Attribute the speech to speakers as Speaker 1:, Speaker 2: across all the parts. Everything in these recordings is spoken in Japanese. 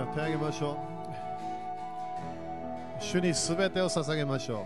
Speaker 1: 手を挙げましょう。主にすべてを捧げましょう。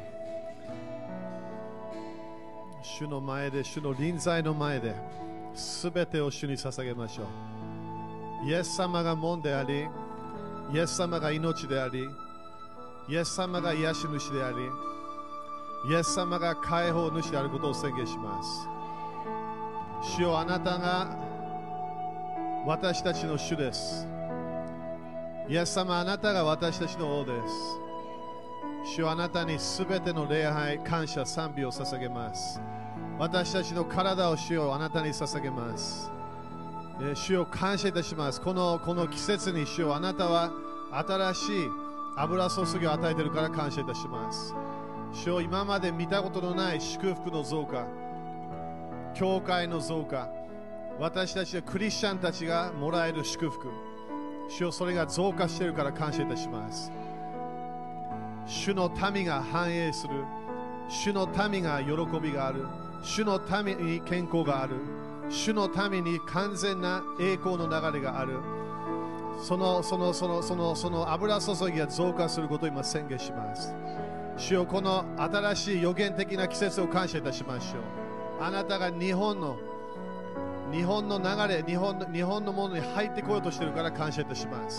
Speaker 1: 主の前で、主の臨在の前で、すべてを主に捧げましょう。イエス様が門であり、イエス様が命であり、イエス様が癒し主であり、イエス様が解放主であることを宣言します。主よ、あなたが私たちの主です。イエス様、あなたが私たちの王です。主よ、あなたにすべての礼拝、感謝、賛美を捧げます。私たちの体を主よ、あなたに捧げます。主よ、感謝いたします。この季節に主よ、あなたは新しい油注ぎを与えているから感謝いたします。主よ、今まで見たことのない祝福の増加、教会の増加、私たちクリスチャンたちがもらえる祝福、主よ、それが増加しているから感謝いたします。主の民が繁栄する、主の民が喜びがある、主の民に健康がある、主の民に完全な栄光の流れがある。その油注ぎが増加することを今宣言します。主よ、この新しい予言的な季節を感謝いたしましょう。あなたが日本の流れ、日本のものに入ってこようとしているから感謝いたします。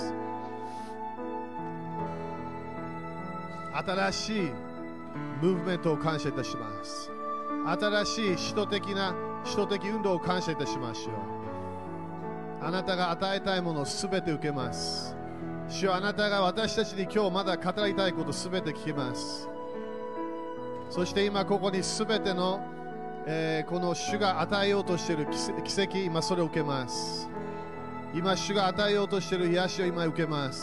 Speaker 1: 新しいムーブメントを感謝いたします。新しい首都的運動を感謝いたしましょう。あなたが与えたいものをすべて受けます。主よ、あなたが私たちに今日まだ語りたいことすべて聞きます。そして今ここにすべての、この主が与えようとしている奇跡、今それを受けます。今主が与えようとしている癒しを今受けます。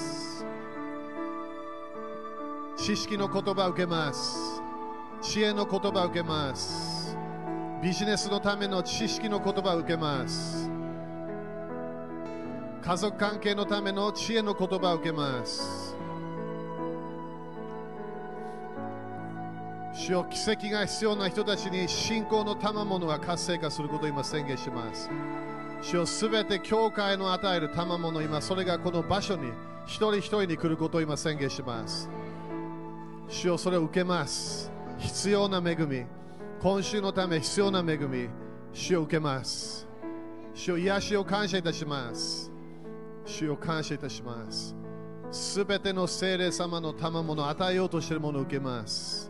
Speaker 1: 知識の言葉を受けます。知恵の言葉を受けます。ビジネスのための知識の言葉を受けます。家族関係のための知恵の言葉を受けます。主よ、奇跡が必要な人たちに信仰の賜物が活性化することを今宣言します。主よ、すべて教会の与える賜物、今それがこの場所に一人一人に来ることを今宣言します。主よ、それを受けます。必要な恵み、今週のため必要な恵み、主を受けます。主よ、癒しを感謝いたします。主を感謝いたします。すべての聖霊様の賜物を与えようとしているものを受けます。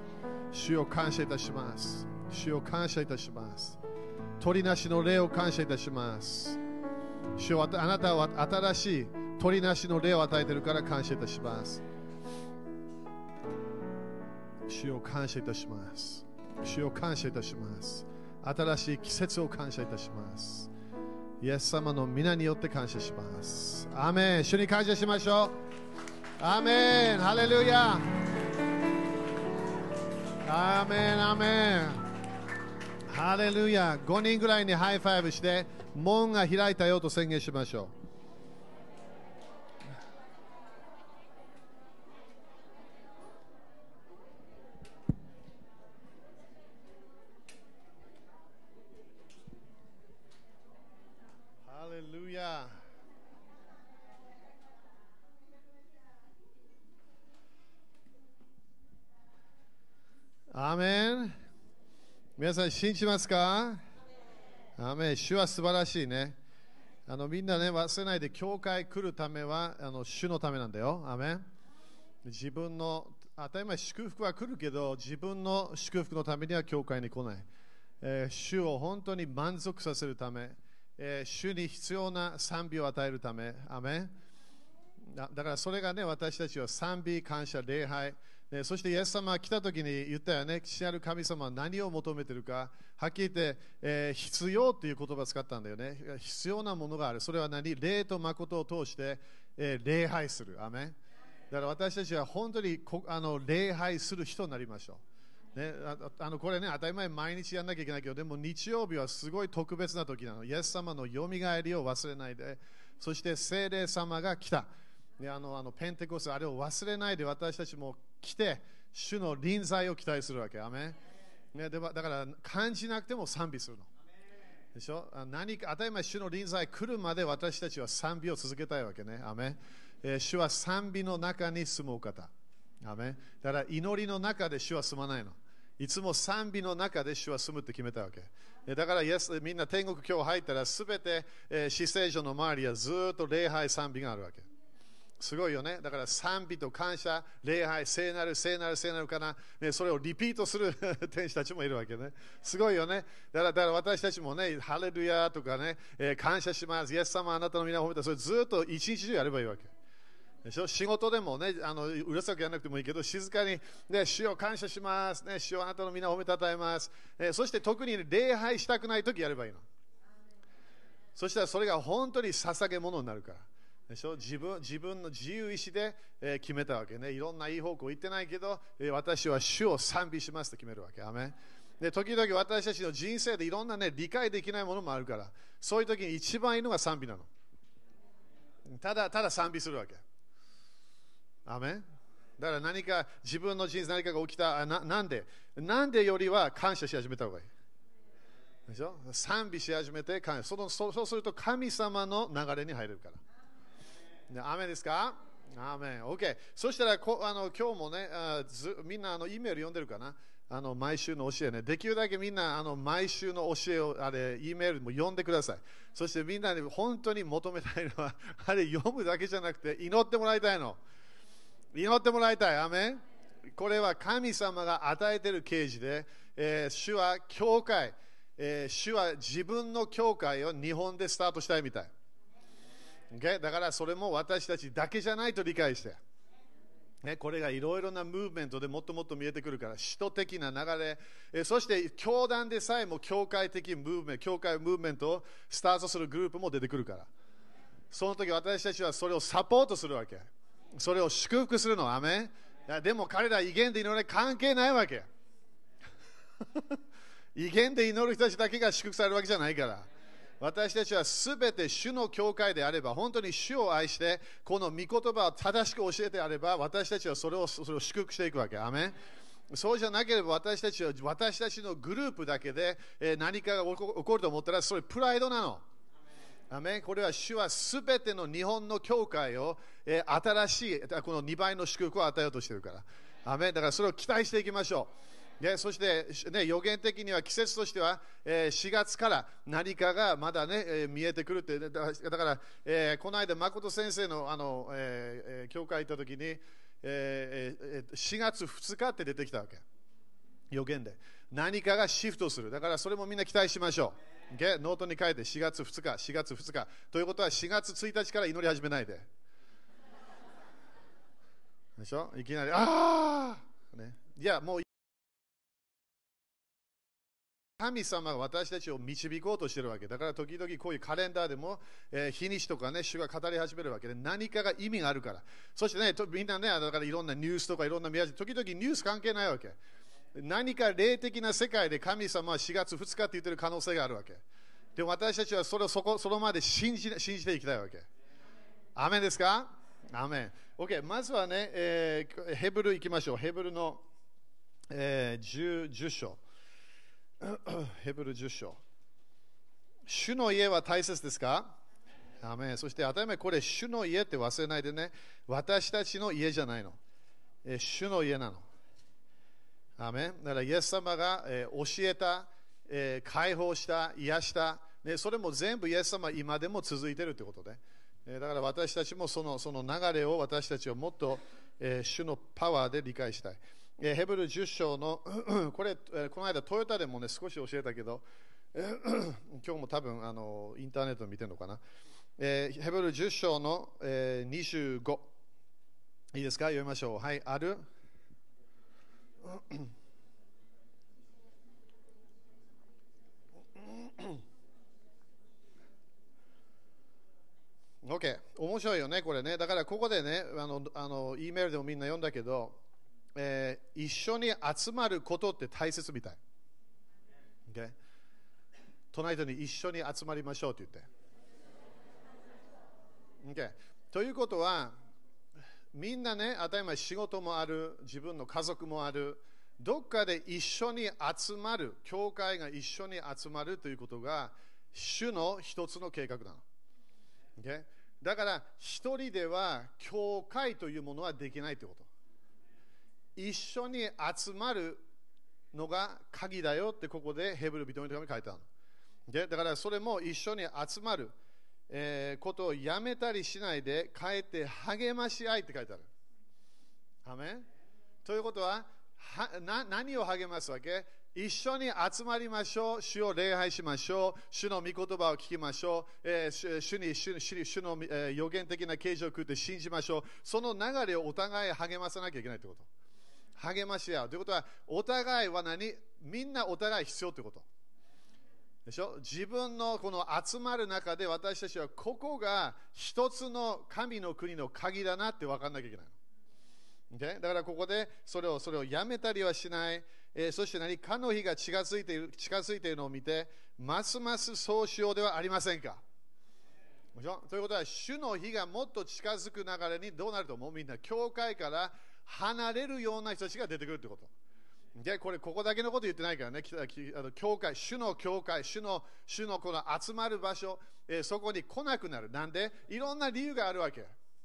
Speaker 1: 主を感謝いたします。主を感謝いたします。鳥なしの霊を感謝いたします。主よ、あなたは新しい鳥なしの霊を与えているから感謝いたします。主を感謝いたします。主を感謝いたします。新しい季節を感謝いたします。イエス様の皆によって感謝します。アーメン。主に感謝しましょう。アーメン。ハレルヤ。アーメン。アーメン。ハレルヤ。5人ぐらいにハイファイブして門が開いたよと宣言しましょう。アーメン。皆さん信じますか？アーメン。主は素晴らしいね。みんなね、忘れないで、教会来るためは主のためなんだよ。アーメン。自分の当たり前祝福は来るけど、自分の祝福のためには教会に来ない。主を本当に満足させるため、主に必要な賛美を与えるため。アーメン。だからそれがね、私たちは賛美、感謝、礼拝、そしてイエス様が来た時に言ったよね、父なる神様は何を求めているか、はっきり言って、必要という言葉を使ったんだよね。必要なものがある。それは何？霊と誠を通して、礼拝する。アメン。だから私たちは本当に礼拝する人になりましょう。ね、これね、当たり前毎日やんなきゃいけないけど、でも日曜日はすごい特別な時なの。イエス様のよみがえりを忘れないで、そして聖霊様が来た。ペンテコステ、あれを忘れないで私たちも来て、主の臨在を期待するわけ。アメン。ね、だから感じなくても賛美するの。でしょ？当たり前主の臨在来るまで私たちは賛美を続けたいわけね。アメン。 主は賛美の中に住むお方。アメン。だから祈りの中で主は住まないの。いつも賛美の中で主は住むって決めたわけ。だからみんな天国今日入ったらすべて至聖所の周りはずっと礼拝賛美があるわけ。すごいよね。だから賛美と感謝、礼拝、聖なる、聖なる、聖なるかな、ね、それをリピートする天使たちもいるわけね。すごいよね。だから私たちもね、ハレルヤとかね、感謝します。イエス様あなたの皆を褒めた。それずっと一日中やればいいわけ。でしょ。仕事でもね、うるさくやらなくてもいいけど、静かに、ね、主を感謝します、ね、主をあなたの皆を褒めたたえます、そして特に礼拝したくないときやればいいの。そしたらそれが本当に捧げ物になるから。でしょ。自分の自由意志で、決めたわけね。いろんないい方向言ってないけど、私は主を賛美しますと決めるわけ。アメン。で時々私たちの人生でいろんな、ね、理解できないものもあるから、そういう時に一番いいのが賛美なの。ただ賛美するわけ。アメン。だから何か自分の人生何かが起きた。なんでよりは感謝し始めた方がいい。でしょ。賛美し始めて感謝。そうすると神様の流れに入れるから。アーメンですか。アーメン。OK。そしたら今日もね、みんなEメール読んでるかな。毎週の教えね。できるだけみんな毎週の教えをEメールも読んでください。そしてみんなに本当に求めたいのは読むだけじゃなくて祈ってもらいたいの。祈ってもらいたい。アーメン。これは神様が与えている啓示で、主は教会、主は自分の教会を日本でスタートしたいみたい。Okay? だからそれも私たちだけじゃないと理解して、これがいろいろなムーブメントでもっともっと見えてくるから、使徒的な流れ、そして教団でさえも教会的ムーブメント、教会ムーブメントをスタートするグループも出てくるから、その時私たちはそれをサポートするわけ。それを祝福するの。アメン。でも彼ら威厳で祈る関係ないわけ。威厳で祈る人たちだけが祝福されるわけじゃないから。私たちはすべて主の教会であれば、本当に主を愛して、この御言葉を正しく教えてあれば、私たちはそれを祝福していくわけ。アメン。そうじゃなければ私たちのグループだけで、何かが起こると思ったら、それプライドなの。アメン。これは主はすべての日本の教会を、新しいこの2倍の祝福を与えようとしているから。アメン。だからそれを期待していきましょう。そして、予言的には季節としては、4月から何かがまだ、見えてくるって。だから、この間誠先生の、教会行った時に、4月2日って出てきたわけ。予言で何かがシフトする。だからそれもみんな期待しましょう。ノートに書いて4月2日ということは4月1日から祈り始めないで。でしょ。いきなりいやもう神様が私たちを導こうとしているわけだから、時々こういうカレンダーでも、日にちとかね、主が語り始めるわけで、何かが意味があるから。そしてね、みんなね、だからいろんなニュースとかいろんな宮地、時々ニュース関係ないわけ。何か霊的な世界で神様は4月2日って言ってる可能性があるわけ。でも私たちはそのまで信じていきたいわけ。アーメンですか。アーメン。OK、まずはね、ヘブル行きましょう。ヘブルの、10章。ヘブル10章。主の家は大切ですか。アメン。そして当たり前、これ主の家って忘れないでね。私たちの家じゃないの。主の家なの。アメン。だからイエス様が、教えた、解放した、癒した、それも全部イエス様今でも続いているということで、だから私たちもその流れを私たちはもっと、主のパワーで理解したい。ヘブル10章のこの間トヨタでもね少し教えたけど今日も多分インターネット見てるのかな。ヘブル10章の、25いいですか。読みましょう。はい、あるOK、面白いよねこれね。だからここでねEメールでもみんな読んだけど、一緒に集まることって大切みたい。Okay? 隣人に一緒に集まりましょうって言って。Okay? ということは、みんなね、当たり前仕事もある、自分の家族もある、どっかで一緒に集まる、教会が一緒に集まるということが、主の一つの計画なの。Okay? だから一人では教会というものはできないということ。一緒に集まるのが鍵だよってここでヘブル人の手紙に書いてあるの。だからそれも一緒に集まる、ことをやめたりしないで、かえって励まし合いって書いてある。アメン。ということは、何を励ますわけ？一緒に集まりましょう。主を礼拝しましょう。主の御言葉を聞きましょう。主の、予言的な形状を食って信じましょう。その流れをお互い励まさなきゃいけないということ。励まし合うということは、お互いはみんなお互い必要ということでしょ。自分のこの集まる中で私たちはここが一つの神の国の鍵だなって分かんなきゃいけないの。だからここでそれをやめたりはしない。そしてかの日が近づいているのを見て、ますますそうしようではありませんか。ということは、主の日がもっと近づく流れにどうなると思う？みんな教会から離れるような人たちが出てくるということ。ここだけのこと言ってないからね。教会、主の教会、主のこの集まる場所、そこに来なくなる。なんで？いろんな理由があるわけ。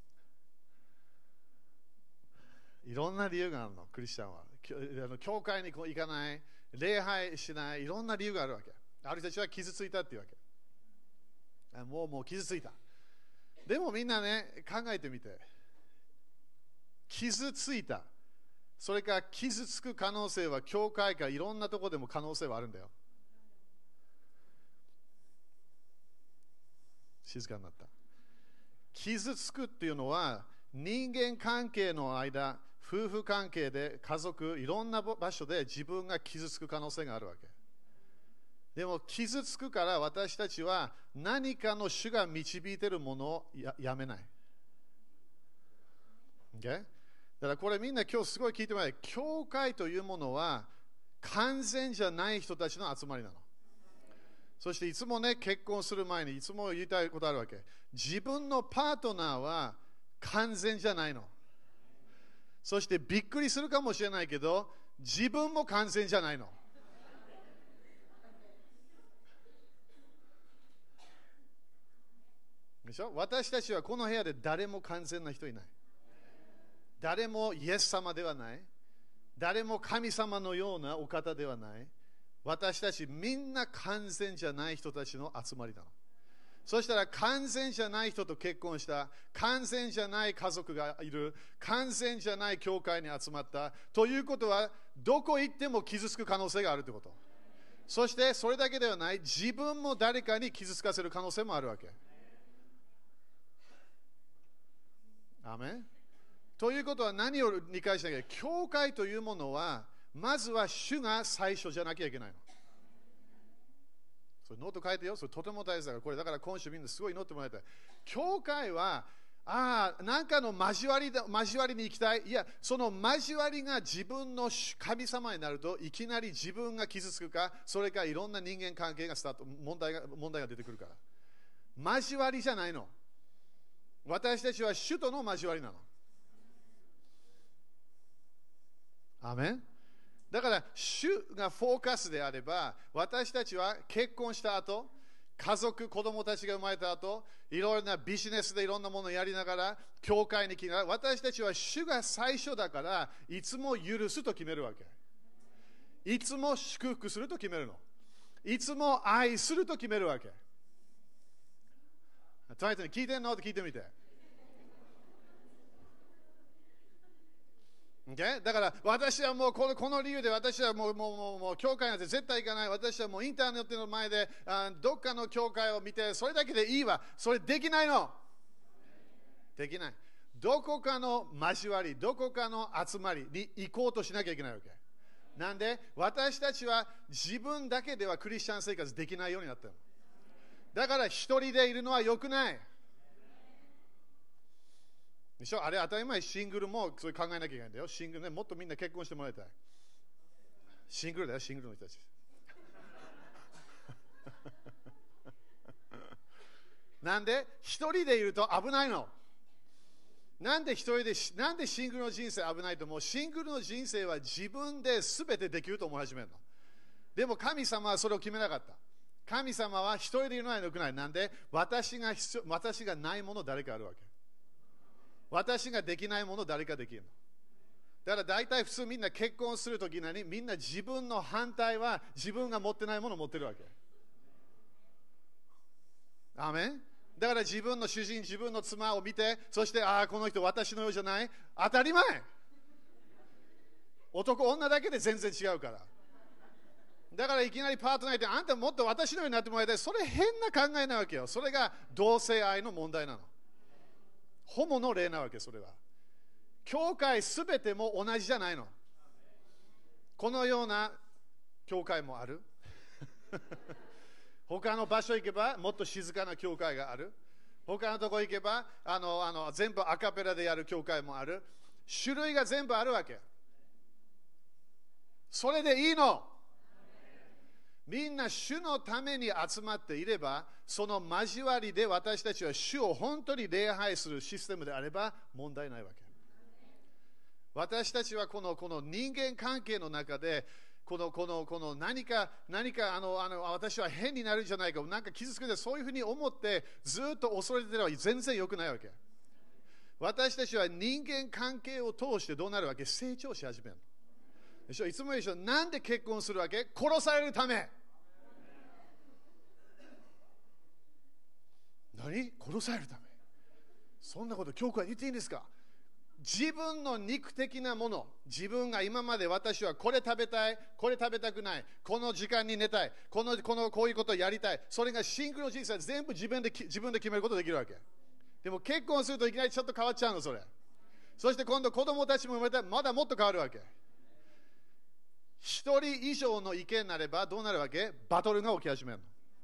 Speaker 1: いろんな理由があるの、クリスチャンは。教会に行かない、礼拝しない、いろんな理由があるわけ。ある人たちは傷ついたっていうわけ。もう傷ついた。でもみんなね、考えてみて。傷ついた。それから傷つく可能性は、教会かいろんなところでも可能性はあるんだよ。静かになった。傷つくっていうのは、人間関係の間、夫婦関係で家族、いろんな場所で自分が傷つく可能性があるわけ。でも傷つくから私たちは何かの主が導いているものを やめない。Okay？ だからこれみんな今日すごい聞いてもらえ。教会というものは完全じゃない人たちの集まりなの。そしていつもね、結婚する前にいつも言いたいことあるわけ。自分のパートナーは完全じゃないの。そしてびっくりするかもしれないけど、自分も完全じゃないの。でしょ？私たちはこの部屋で誰も完全な人いない。誰もイエス様ではない。誰も神様のようなお方ではない。私たちみんな完全じゃない人たちの集まりなの。そしたら完全じゃない人と結婚した、完全じゃない家族がいる、完全じゃない教会に集まったということは、どこ行っても傷つく可能性があるということ。そしてそれだけではない、自分も誰かに傷つかせる可能性もあるわけ。アメン。ということは何を理解しなきゃいけない？教会というものは、まずは主が最初じゃなきゃいけないの。それノート書いてよ。それとても大事だから。これだから今週みんなすごい祈ってもらいたい。教会は、なんかの交わりに行きたい。いや、その交わりが自分の神様になると、いきなり自分が傷つくか、それかいろんな人間関係が問題が出てくるから。交わりじゃないの。私たちは主との交わりなの。アメン。だから主がフォーカスであれば、私たちは結婚した後、家族、子供たちが生まれた後、いろいろなビジネスでいろんなものをやりながら、教会に来ながら、私たちは主が最初だから、いつも許すと決めるわけ。いつも祝福すると決めるの。いつも愛すると決めるわけ。隣人に聞いてんのって聞いてみて。Okay？ だから私はもうこの理由で私はもう教会なんて絶対行かない。私はもうインターネットの前でどっかの教会を見てそれだけでいいわ。それできないの。できない。どこかの交わり、どこかの集まりに行こうとしなきゃいけないわけ。なんで私たちは自分だけではクリスチャン生活できないようになったの。だから一人でいるのは良くない。でしょ？あれ当たり前、シングルもそう考えなきゃいけないんだよ。シングルね、もっとみんな結婚してもらいたい。シングルだよ、シングルの人たち。なんで一人でいると危ないの。なんでシングルの人生危ないと思う？シングルの人生は自分で全てできると思い始めるの。でも神様はそれを決めなかった。 神様は一人でいるのは良くない。なんで私がないもの誰かあるわけ。私ができないもの誰かできるの。だから大体普通みんな結婚するときにみんな自分の反対は自分が持ってないものを持ってるわけ。アーメン。だから自分の主人、自分の妻を見て、そしてこの人私のようじゃない。当たり前。男、女だけで全然違うから。だからいきなりパートナーってあんたもっと私のようになってもらいたい。それ変な考えなわけよ。それが同性愛の問題なの。ホモの例なわけ、それは。教会すべても同じじゃないの。このような教会もある。他の場所行けばもっと静かな教会がある。他のとこ行けば全部アカペラでやる教会もある。種類が全部あるわけ。それでいいの。みんな主のために集まっていれば、その交わりで私たちは主を本当に礼拝するシステムであれば問題ないわけ。私たちはこの人間関係の中でこの何か私は変になるんじゃないか、なんか傷つけてそういうふうに思ってずっと恐れてれば全然良くないわけ。私たちは人間関係を通してどうなるわけ？成長し始める。でしょ。いつも言うでしょ。なんで結婚するわけ？殺されるため。何？殺されるため。そんなこと教会言っていいんですか？自分の肉的なもの、自分が今まで私はこれ食べたい、これ食べたくない、この時間に寝たい、こういうことをやりたい、それがシングルの人生全部自分で決めることができるわけ。でも結婚するといきなりちょっと変わっちゃうの、それ。そして今度子供たちも生まれたらまだもっと変わるわけ。一人以上の意見になればどうなるわけ？バトルが起き始める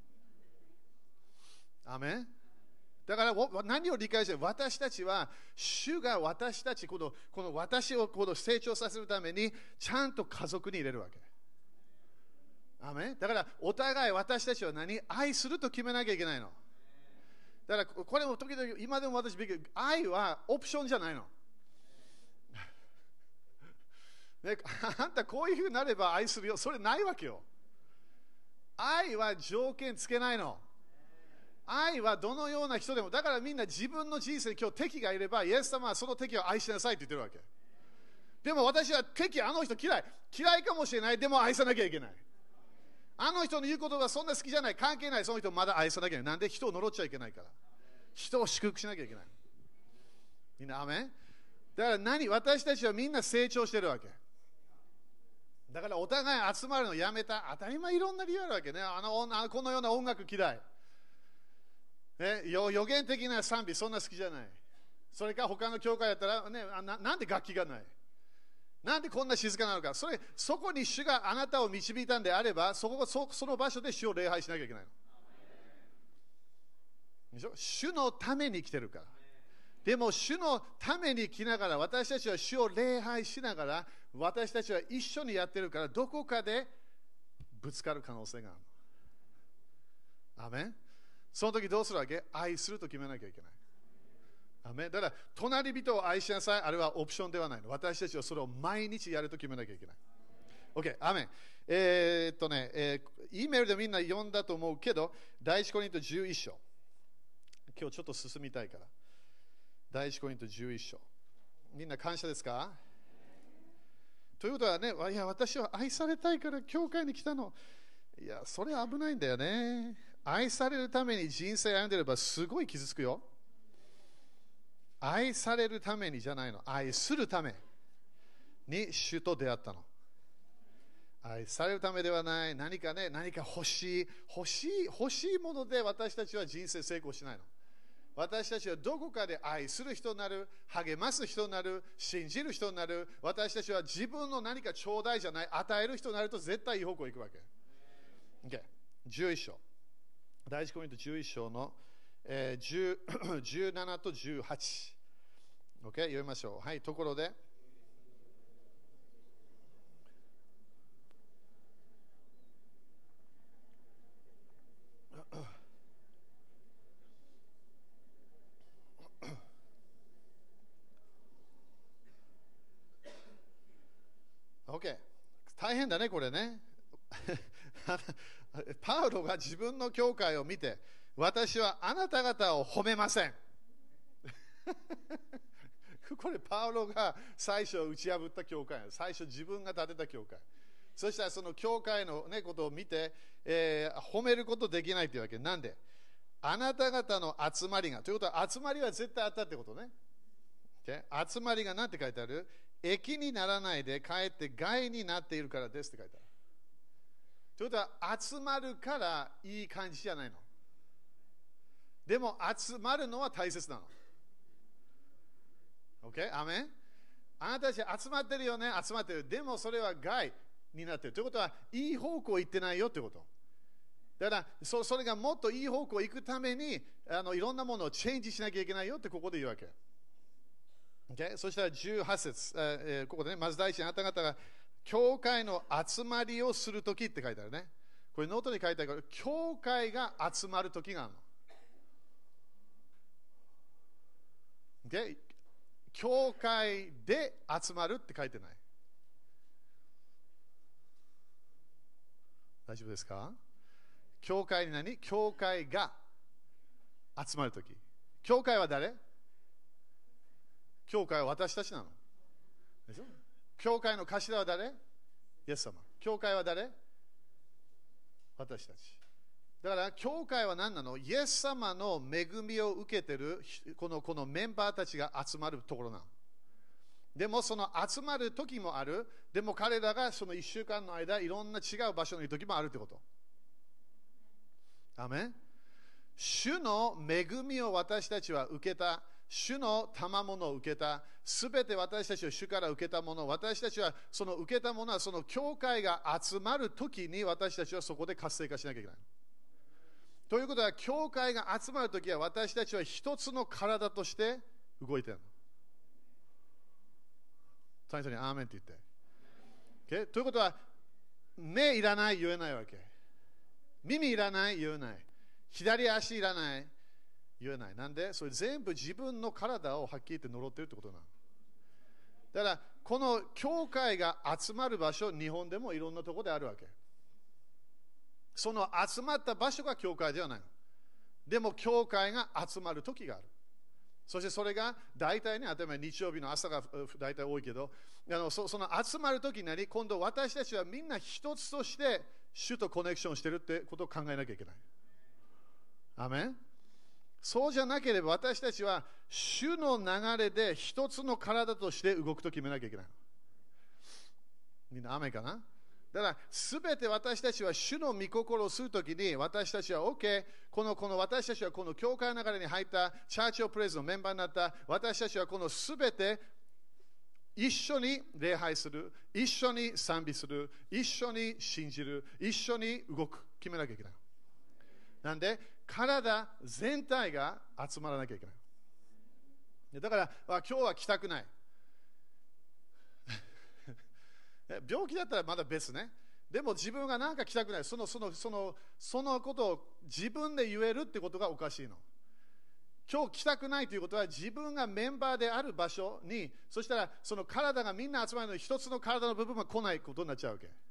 Speaker 1: の。アメン。だから何を理解して、私たちは主が私たちこの私を成長させるためにちゃんと家族に入れるわけ。アメン。だからお互い私たちは愛すると決めなきゃいけないの。だからこれも時々今でも私びっくり、愛はオプションじゃないの。ね、あんたこういうふうになれば愛するよ、それないわけよ。愛は条件つけないの。愛はどのような人でも、だからみんな自分の人生に今日敵がいれば、イエス様はその敵を愛しなさいって言ってるわけ。でも私は敵、あの人嫌いかもしれない。でも愛さなきゃいけない。あの人の言うことがそんな好きじゃない、関係ない。その人まだ愛さなきゃいけない。なんで？人を呪っちゃいけないから。人を祝福しなきゃいけない。みんなアメン。だから私たちはみんな成長してるわけ。だからお互い集まるのやめた。当たり前いろんな理由あるわけね。このような音楽嫌い。ね、予言的な賛美そんな好きじゃない。それか他の教会だったら、ね、なんで楽器がない？なんでこんな静かなのか？そこに主があなたを導いたんであれば、その場所で主を礼拝しなきゃいけないの。でしょ？主のために来てるから。でも主のために来ながら、私たちは主を礼拝しながら、私たちは一緒にやってるから、どこかでぶつかる可能性があるの。アメン。その時どうするわけ？愛すると決めなきゃいけない。アメン。だから隣人を愛しなさい、あれはオプションではないの。私たちはそれを毎日やると決めなきゃいけない。OK、アメン。E メールでみんな読んだと思うけど、第一コリント11章。今日ちょっと進みたいから。第一コリント11章。みんな感謝ですか？ということはね、いや、私は愛されたいから教会に来たの。いや、それ危ないんだよね。愛されるために人生歩んでればすごい傷つくよ。愛されるためにじゃないの。愛するために主と出会ったの。愛されるためではない。何か欲しいもので私たちは人生成功しないの。私たちはどこかで愛する人になる、励ます人になる、信じる人になる。私たちは自分の何かちょうだいじゃない、与える人になると絶対いい方向に行くわけ。Okay、11章。第一コリント11章の、17と18。OK、読みましょう。はい、ところで。OK、大変だね、これね。 パウロが自分の教会を見て、私はあなた方を褒めません。これパウロが最初打ち破った教会、最初自分が建てた教会。そしたらその教会の、ことを見て、褒めることできないというわけ。なんであなた方の集まりが、ということは集まりは絶対あったってことね。集まりが何て書いてある？益にならないでかえって害になっているからですって書いてある。ということは集まるからいい感じじゃないの。でも集まるのは大切なの。OK？ アメン？あなたたち集まってるよね、集まってる。でもそれは害になってる。ということは、いい方向行ってないよってこと。だからそれがもっといい方向行くためにいろんなものをチェンジしなきゃいけないよってここで言うわけ。Okay？ そしたら18節、ここでね、まず第一にあなた方が教会の集まりをするときって書いてあるね。これノートに書いてあるけど、教会が集まるときがあるの。Okay？ 教会で集まるって書いてない。大丈夫ですか？教会に何？教会が集まるとき。教会は誰？教会は私たちなの。でしょ？教会の頭は誰？イエス様。教会は誰？私たち。だから教会は何なの？イエス様の恵みを受けているこのメンバーたちが集まるところなの。でもその集まる時もある。でも彼らがその1週間の間いろんな違う場所にいる時もあるってこと。アメン。主の恵みを私たちは受けた。主の賜物を受けた。すべて私たちは主から受けたもの。私たちはその受けたものはその教会が集まるときに私たちはそこで活性化しなきゃいけない。ということは、教会が集まるときは私たちは一つの体として動いているの。最初にアーメンって言って。ということは、目いらない言えないわけ。耳いらない言えない。左足いらない言えない。なんでそれ全部自分の体をはっきり言って呪ってるってことなの。だからこの教会が集まる場所、日本でもいろんなところであるわけ。その集まった場所が教会ではない。でも教会が集まる時がある。そしてそれが大体ね、例えば日曜日の朝が大体多いけど、その集まる時になり、今度私たちはみんな一つとして主とコネクションしてるってことを考えなきゃいけない。アメン。そうじゃなければ私たちは主の流れで一つの体として動くと決めなきゃいけない。みんなアメンかな。だからすべて私たちは主の御心をするときに私たちは OK、 この私たちはこの教会の流れに入ったチャーチオプレイズのメンバーになった私たちはこのすべて一緒に礼拝する、一緒に賛美する、一緒に信じる、一緒に動く決めなきゃいけない。なんで体全体が集まらなきゃいけない。だから今日は来たくない病気だったらまだ別ね。でも自分がなんか来たくない、そのことを自分で言えるってことがおかしいの。今日来たくないということは自分がメンバーである場所に、そしたらその体がみんな集まるのに一つの体の部分が来ないことになっちゃうわけ。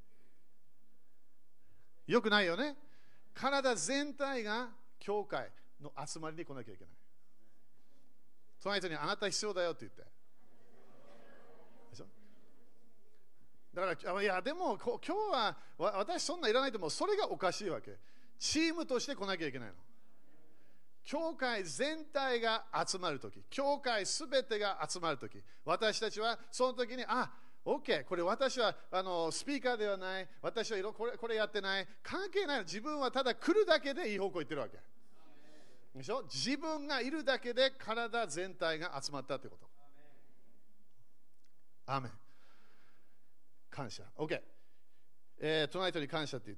Speaker 1: よくないよね。体全体が教会の集まりに来なきゃいけない。その人にあなた必要だよって言って。でしょ。だからいやでも今日は私そんないらないと思う。それがおかしいわけ。チームとして来なきゃいけないの。教会全体が集まるとき、教会すべてが集まるとき、私たちはその時にOK、これ私はスピーカーではない、私はこれやってない、関係ない。自分はただ来るだけでいい方向行ってるわけでしょ。自分がいるだけで体全体が集まったってこと。アーメン。感謝。OK、隣人に感謝って言って。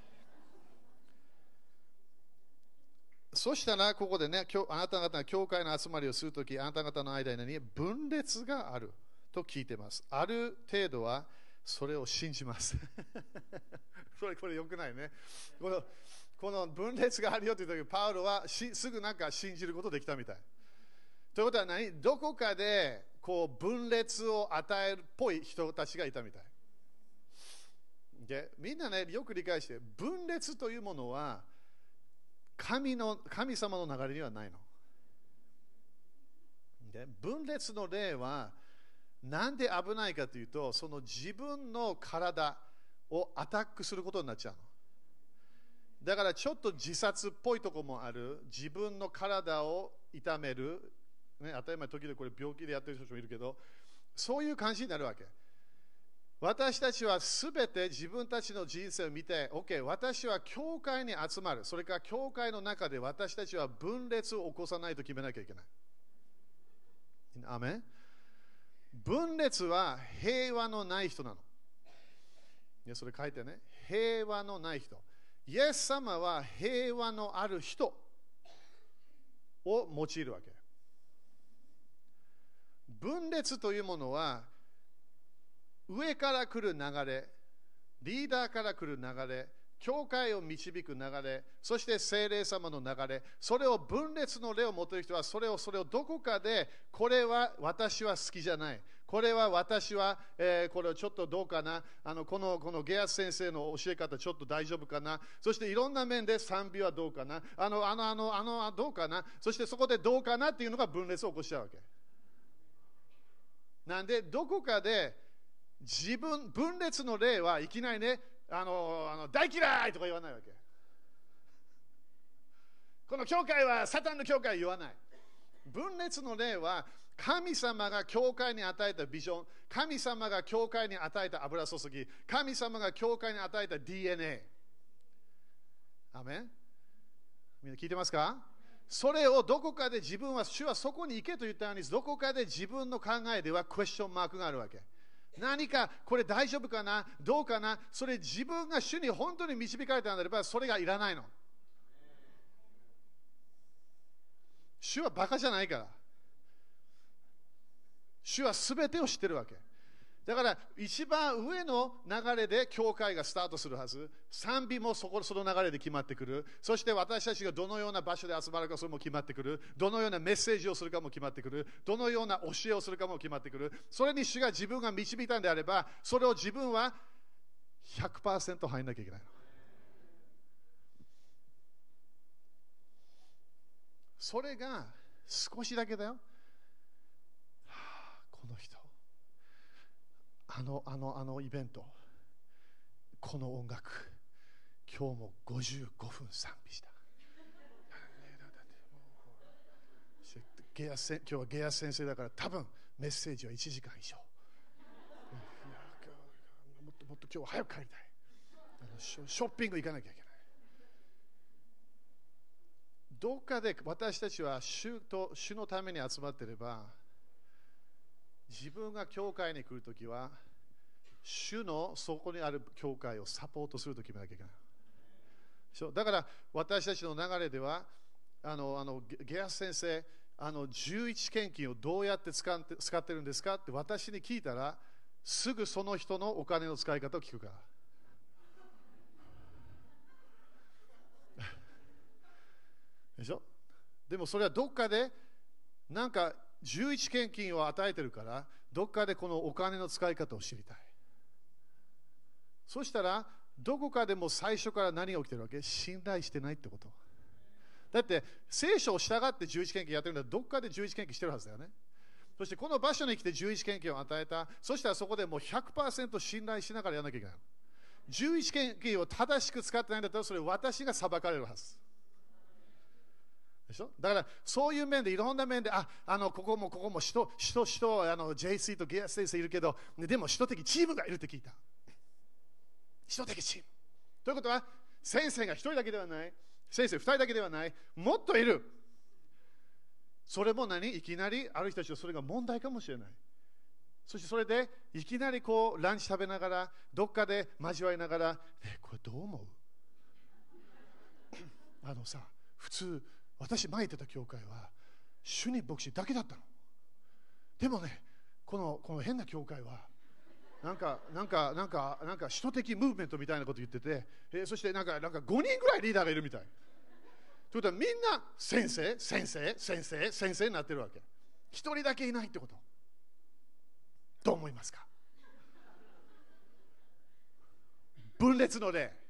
Speaker 1: そしたらここでね、あなた方が教会の集まりをするとき、あなた方の間に分裂があると聞いてます。ある程度はそれを信じますこれよくないね。この分裂があるよというとき、パウロはすぐなんか信じることできたみたい。ということはどこかでこう分裂を与えるっぽい人たちがいたみたい。 でみんなね、よく理解して、分裂というものは神様の流れにはないの。で分裂の例は、なんで危ないかというと、その自分の体をアタックすることになっちゃうの。だからちょっと自殺っぽいところもある。自分の体を痛める。ね、当たり前、時々これ病気でやってる人もいるけど、そういう感じになるわけ。私たちはすべて自分たちの人生を見て、OK、私は教会に集まる。それから教会の中で私たちは分裂を起こさないと決めなきゃいけない。アメン。分裂は平和のない人なの。いや、それ書いてね。平和のない人。イエス様は平和のある人を用いるわけ。分裂というものは、上から来る流れ、リーダーから来る流れ、教会を導く流れ、そして聖霊様の流れ、それを分裂の例を持っている人は、それをどこかで、これは私は好きじゃない。これは私は、これはちょっとどうかな。このゲアス先生の教え方、ちょっと大丈夫かな。そしていろんな面で賛美はどうかな。どうかな。そしてそこでどうかなっていうのが分裂を起こしちゃうわけ。なんで、どこかで、分裂の例はいきなりね、大嫌いとか言わないわけ。この教会はサタンの教会は言わない。分裂の例は神様が教会に与えたビジョン、神様が教会に与えた油注ぎ、神様が教会に与えた DNA。アメン。みんな聞いてますか？それをどこかで主はそこに行けと言ったように、どこかで自分の考えではクエスチョンマークがあるわけ。何かこれ大丈夫かな、どうかな、それ自分が主に本当に導かれたのであれば、それがいらないの。主はバカじゃないから。主は全てを知ってるわけ。だから一番上の流れで教会がスタートするはず。賛美もその流れで決まってくる。そして私たちがどのような場所で集まるか、それも決まってくる。どのようなメッセージをするかも決まってくる。どのような教えをするかも決まってくる。それに主が自分が導いたんであれば、それを自分は 100% 入んなきゃいけないの。それが少しだけだよ。この人、あのイベント、この音楽、今日も55分賛美した。今日はゲア先生だから多分メッセージは1時間以上。もっと今日は早く帰りたい。ショッピング行かなきゃいけない。どっかで私たちは主のために集まっていれば、自分が教会に来るときは、主のそこにある教会をサポートすると決めなきゃいけない。だから私たちの流れでは、ゲアス先生、11献金をどうやって使ってるんですかって私に聞いたら、すぐその人のお金の使い方を聞くから。でしょ？でもそれはどっかでなんか11献金を与えてるから、どっかでこのお金の使い方を知りたい。そしたらどこかでも最初から何が起きてるわけ？信頼してないってこと。だって聖書を従って11献金やってるんだら、どっかで11献金してるはずだよね。そしてこの場所に来て11献金を与えた。そしたらそこでもう 100% 信頼しながらやらなきゃいけない。11献金を正しく使ってないんだったら、それ私が裁かれるはずでしょ。だからそういう面で、いろんな面で、ここも使徒JC とゲアス先生いるけど、でも使徒的チームがいるって聞いた。使徒的チームということは、先生が1人だけではない、先生2人だけではない、もっといる。それもいきなりある人たちはそれが問題かもしれない。そしてそれでいきなりランチ食べながら、どっかで交わりながら、これどう思う？普通私前行ってた教会は主任牧師だけだったの。でもね、この変な教会はなんか使徒的ムーブメントみたいなこと言ってて、そしてなんか5人ぐらいリーダーがいるみたい。ということはみんな先生になってるわけ。一人だけいないってこと。どう思いますか？ 分裂の霊。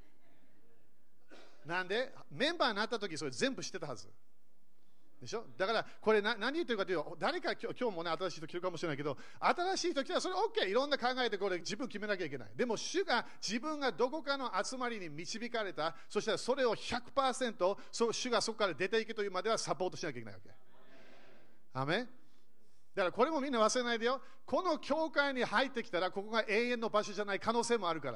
Speaker 1: なんでメンバーになったときそれ全部知ってたはず。でしょ。だからこれ何言ってるかというと、誰か今日もね、新しい人来るかもしれないけど、新しい人来たらそれ OK、いろんな考えてこれ自分決めなきゃいけない。でも主が自分がどこかの集まりに導かれた、そしたらそれを 100% 主がそこから出ていくというまではサポートしなきゃいけないわけ。アメン。だからこれもみんな忘れないでよ。この教会に入ってきたらここが永遠の場所じゃない可能性もあるから。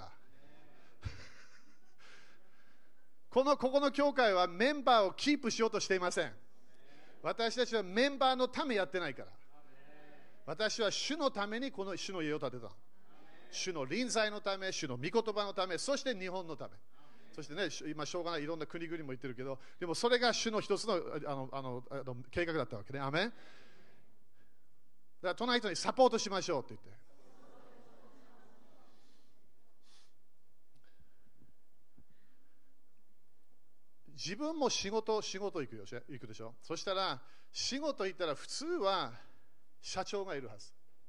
Speaker 1: ここの教会はメンバーをキープしようとしていません。私たちはメンバーのためやってないから。私は主のためにこの主の家を建てた。主の臨在のため、主の御言葉のため、そして日本のため。そしてね、今しょうがないいろんな国々も言ってるけど、でもそれが主の一つの計画だったわけね。アメン。だから隣人にサポートしましょうって言って。自分も仕事行くでしょ。そしたら仕事行ったら普通は社長がいるはず。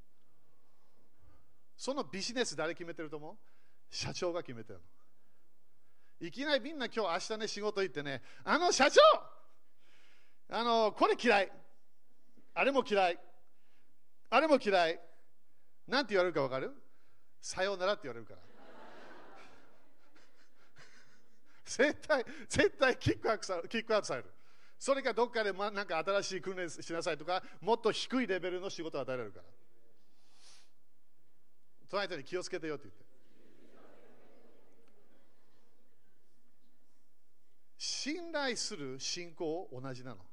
Speaker 1: そのビジネス誰決めてると思う？社長が決めてるの。いきなりみんな今日明日ね仕事行ってね、社長これ嫌い、あれも嫌い、あれも嫌い、なんて言われるか分かる？さようならって言われるから。絶対キックアウトされる。それかどっかでなんか新しい訓練しなさいとか、もっと低いレベルの仕事を与えられるから。隣人に気をつけてよって言って。信頼する信仰同じなの。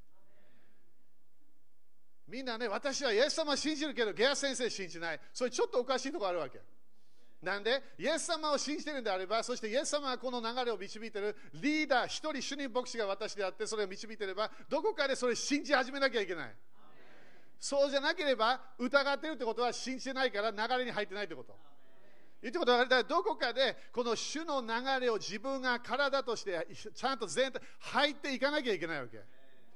Speaker 1: みんなね、私はイエス様信じるけどゲア先生信じない。それちょっとおかしいところあるわけ。なんでイエス様を信じているんであれば、そしてイエス様がこの流れを導いているリーダー、一人主任牧師が私であって、それを導いていれば、どこかでそれ信じ始めなきゃいけない。そうじゃなければ、疑っているってことは信じてないから流れに入ってないってこと。言ってことは、どこかでこの主の流れを自分が体としてちゃんと全体入っていかなきゃいけないわけ。だ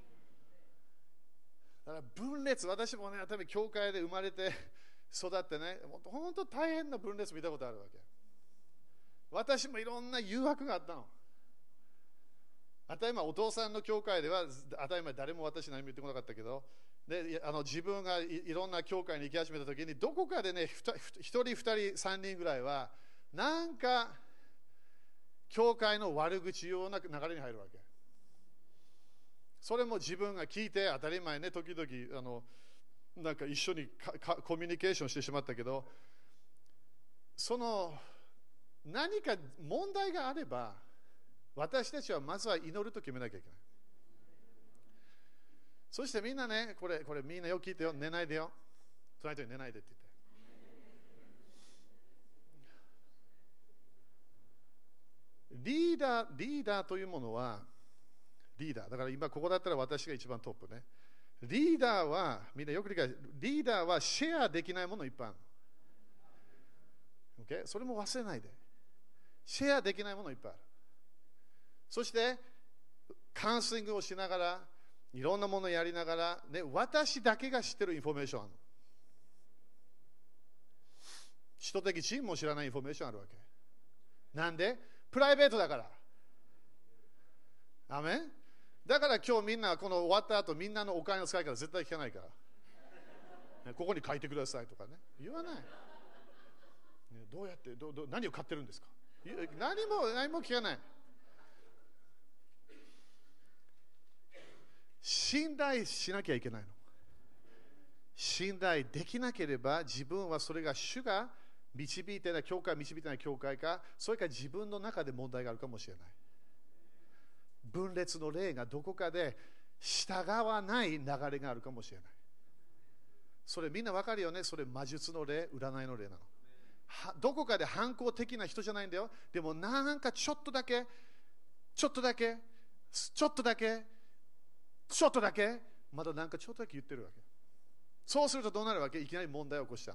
Speaker 1: から分裂、私もね、多分教会で生まれて育ってね、本当大変な分裂見たことあるわけ。私もいろんな誘惑があったの。当たり前、お父さんの教会では当たり前誰も私何も言ってこなかったけど、で自分がいろんな教会に行き始めた時に、どこかでね、1人2人3人ぐらいはなんか教会の悪口ような流れに入るわけ。それも自分が聞いて当たり前ね、時々なんか一緒にコミュニケーションしてしまったけど、その何か問題があれば私たちはまずは祈ると決めなきゃいけない。そしてみんなね、これみんなよく聞いてよ、寝ないでよ。隣人に寝ないでって言って。リーダーというものはリーダーだから、今ここだったら私が一番トップね。リーダーはみんなよく理解、リーダーはシェアできないものいっぱいあるの。Okay? それも忘れないで。シェアできないものいっぱいある。そしてカウンセリングをしながら、いろんなものをやりながら、ね、私だけが知ってるインフォメーションあるの。使徒的チームも知らないインフォメーションあるわけ。なんで？プライベートだから。アメン。だから今日みんなこの終わった後、みんなのお金の使い方絶対聞かないから、ここに書いてくださいとかね言わない。どうやって何を買ってるんですか？何も聞かない。信頼しなきゃいけないの。信頼できなければ、自分はそれが主が導いてない教会、導いてない教会か、それか自分の中で問題があるかもしれない。分裂の霊がどこかで従わない流れがあるかもしれない。それみんなわかるよね。それ魔術の霊、占いの霊なの。どこかで反抗的な人じゃないんだよ。でもなんかちょっとだけまだなんかちょっとだけ言ってるわけ。そうするとどうなるわけ？いきなり問題を起こした。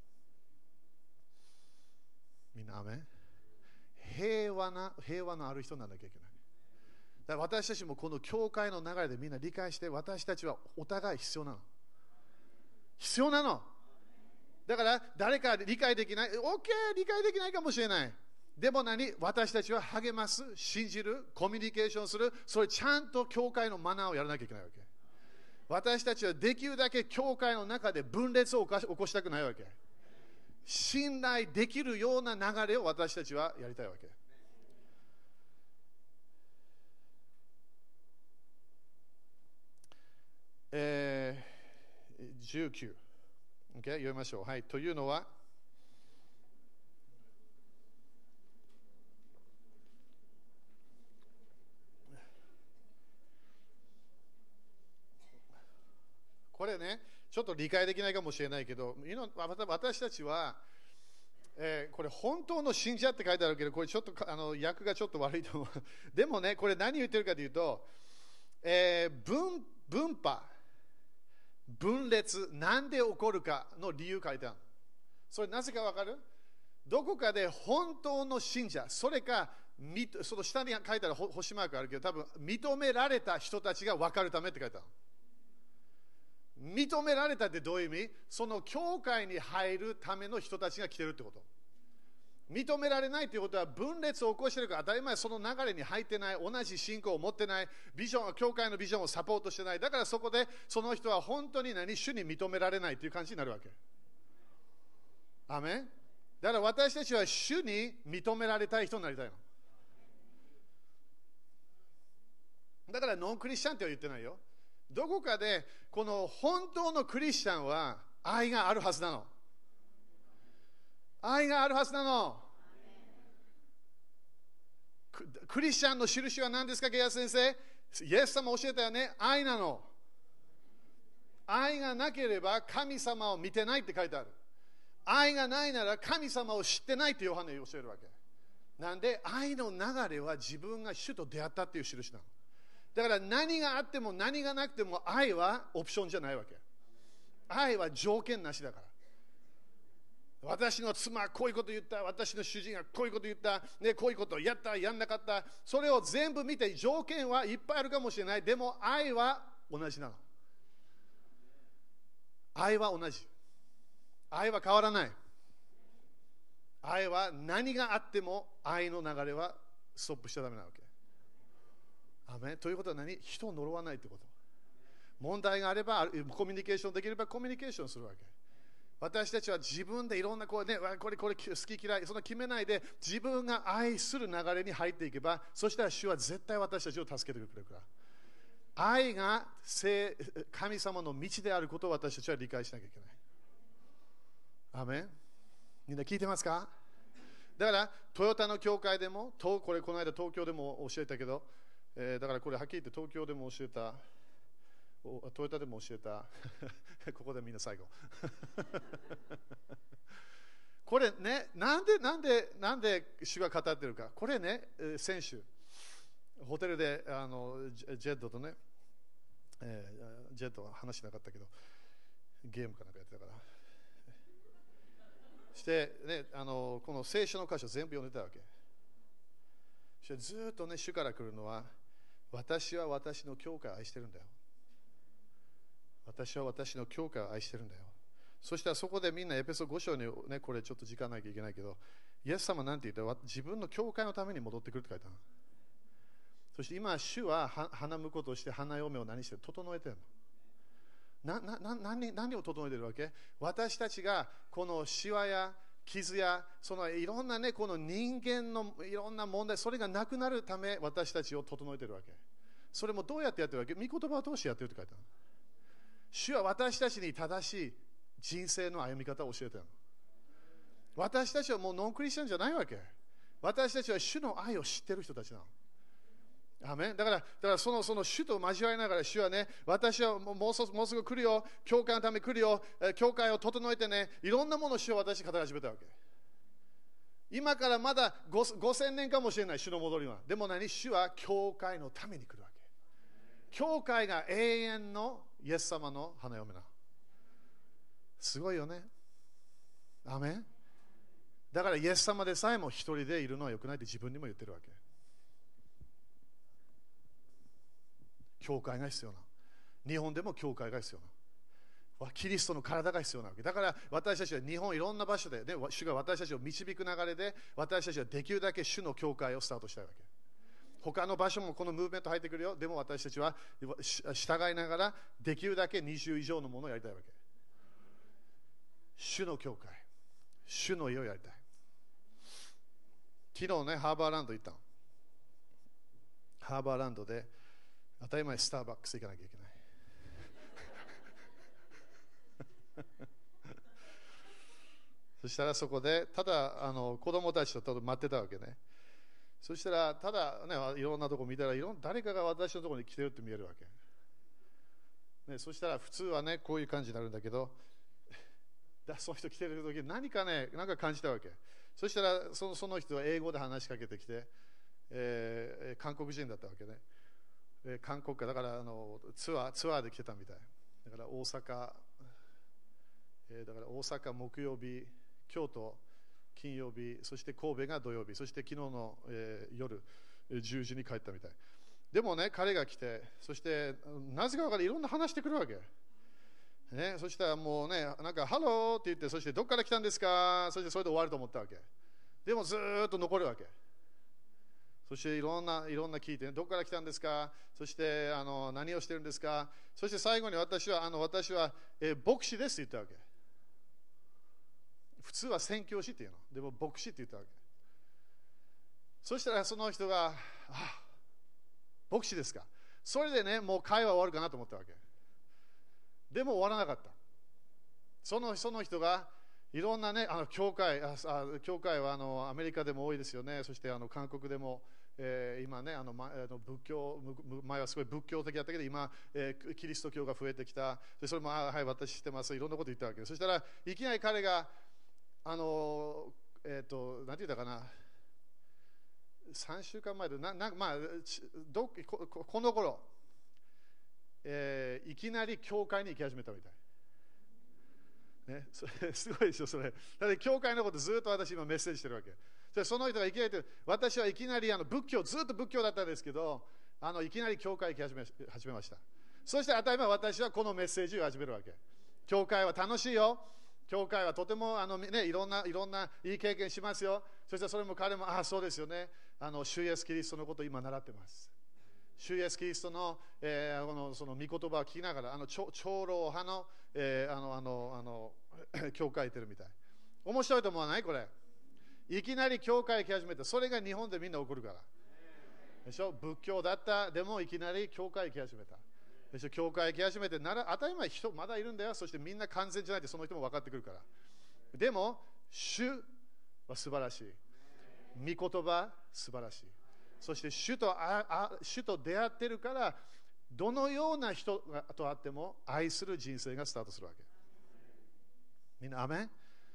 Speaker 1: みんなアメン。平和のある人にならなきゃいけない。だから私たちもこの教会の流れでみんな理解して、私たちはお互い必要なの。だから誰か理解できない、OK、理解できないかもしれない。 でも私たちは励ます、信じる、コミュニケーションする、それちゃんと教会のマナーをやらなきゃいけないわけ。私たちはできるだけ教会の中で分裂を起こしたくないわけ。信頼できるような流れを私たちはやりたいわけ。19、読みましょう。はい、というのは、これね、ちょっと理解できないかもしれないけど、私たちは、これ本当の信者って書いてあるけど、これちょっと訳がちょっと悪いと思う。でもね、これ何言ってるかというと、分派、分裂、なんで起こるかの理由書いてある。それなぜかわかる？どこかで本当の信者、それか、その下に書いてある星マークあるけど、多分認められた人たちが分かるためって書いてある。認められたってどういう意味？その教会に入るための人たちが来てるってこと。認められないということは分裂を起こしているから、当たり前その流れに入ってない、同じ信仰を持ってない、ビジョン、教会のビジョンをサポートしてない。だからそこでその人は本当に主に認められないという感じになるわけ。アメン。だから私たちは主に認められたい人になりたいの。だからノンクリスチャンっては言ってないよ。どこかでこの本当のクリスチャンは愛があるはずなの。愛があるはずなの。クリスチャンの印は何ですか、ゲア先生？イエス様教えたよね。愛なの。愛がなければ神様を見てないって書いてある。愛がないなら神様を知ってないってヨハネ教えるわけ。なんで愛の流れは自分が主と出会ったっていう印なの。だから何があっても何がなくても愛はオプションじゃないわけ。愛は条件なしだから。私の妻はこういうこと言った、私の主人はこういうこと言った、ね、こういうことやった、やんなかった、それを全部見て条件はいっぱいあるかもしれない。でも愛は同じなの。愛は同じ。愛は変わらない。愛は何があっても愛の流れはストップしちゃダメなわけ。アメン。ということは何？人を呪わないということ。問題があればコミュニケーションできればコミュニケーションするわけ。私たちは自分でいろんなこれ好き嫌いそんな決めないで自分が愛する流れに入っていけば、そしたら主は絶対私たちを助けてくれるから。愛が神様の道であることを私たちは理解しなきゃいけない。アメン。みんな聞いてますか？だからトヨタの教会でもこの間東京でも教えたけど、だからこれはっきり言って東京でも教えた、トヨタでも教えたここでみんな最後これね、なんで主が語ってるか。これね、先週ホテルでジェットとね、ジェットは話しなかったけどゲームかなんかやってたからしてね、この聖書の箇所全部読んでたわけ。してずっとね、主から来るのは、私は私の教会を愛してるんだよ。私は私の教会を愛してるんだよ。そしたらそこでみんなエペソ5章にね、これちょっと時間なきゃいけないけど、イエス様なんて言ったら自分の教会のために戻ってくるって書いてある。そして今主は花婿として花嫁を何して整えてるの。何を整えてるわけ？私たちがこのシワや傷やそのいろんなね、この人間のいろんな問題、それがなくなるため私たちを整えてるわけ。それもどうやってやってるわけ？御言葉を通してやってるって書いてある。主は私たちに正しい人生の歩み方を教えてるの。私たちはもうノンクリスチャンじゃないわけ。私たちは主の愛を知ってる人たちなの。アメン。だからその主と交わりながら主はね、私はもうすぐ来るよ、教会のために来るよ、教会を整えてね、いろんなものを主は私に語り始めたわけ。今からまだ5000年かもしれない、主の戻りは。でも主は教会のために来るわけ。教会が永遠のイエス様の花嫁な。すごいよね。アメン。だからイエス様でさえも一人でいるのは良くないって自分にも言ってるわけ。教会が必要な。日本でも教会が必要な。 キリストの体が必要なわけ。だから私たちは日本いろんな場所で、主が私たちを導く流れで、私たちはできるだけ主の教会をスタートしたいわけ。他の場所もこのムーブメント入ってくるよ。でも私たちは従いながらできるだけ20以上のものをやりたいわけ。主の教会、主の家をやりたい。昨日ね、ハーバーランド行ったの。ハーバーランドで当たり前スターバックス行かなきゃいけない。そしたらそこでただ子供たちと待ってたわけね。そしたらただね、いろんなとこ見たら誰かが私のところに来てるって見えるわけ、ね、そしたら普通はねこういう感じになるんだけど、その人来てる時何かねなんか感じたわけ。そしたらその人は英語で話しかけてきて、韓国人だったわけね。韓国からだからツアーで来てたみたい。だから大阪木曜日、京都金曜日、そして神戸が土曜日、そして昨日の、夜10時に帰ったみたい。でもね彼が来て、そしてなぜか分からいろんな話してくるわけ、ね、そしたらもうねなんかハローって言って、そしてどっから来たんですか、そしてそれで終わると思ったわけ。でもずっと残るわけ。そしていろんな聞いて、ね、どこから来たんですか、そして何をしてるんですか、そして最後に私は牧師ですって言ったわけ。普通は宣教師っていうの、でも牧師って言ったわけ。そしたらその人が牧師ですか、それでねもう会話終わるかなと思ったわけ。でも終わらなかった。その人がいろんなね教会はアメリカでも多いですよね。そして韓国でも、今ね仏教、前はすごい仏教的だったけど今、キリスト教が増えてきた。でそれもはい私知ってます、いろんなこと言ったわけ。そしたらいきなり彼がなんて言ったかな、3週間前でこの頃、いきなり教会に行き始めたみたい。ね、すごいでしょそれ。だって教会のことずっと私今メッセージしてるわけ。その人がいきなり私はいきなりずっと仏教だったんですけどいきなり教会行き始めました。そして当たり前私はこのメッセージを始めるわけ。教会は楽しいよ、教会はとてもいろんないい経験しますよ。そしてそれも彼もそうですよね、主イエスキリストのことを今習ってます。主イエスキリストの、その御言葉を聞きながら長老派の、教会行ってるみたい。面白いと思わないこれ。いきなり教会行き始めた。それが日本でみんな起こるからでしょ。仏教だったでもいきなり教会行き始めたでしょ。教会行き始めて当たり前人まだいるんだよ。そしてみんな完全じゃないってその人も分かってくるから。でも主は素晴らしい、御言葉素晴らしい。そして主と出会ってるから、どのような人と会っても愛する人生がスタートするわけ。みんなアメン。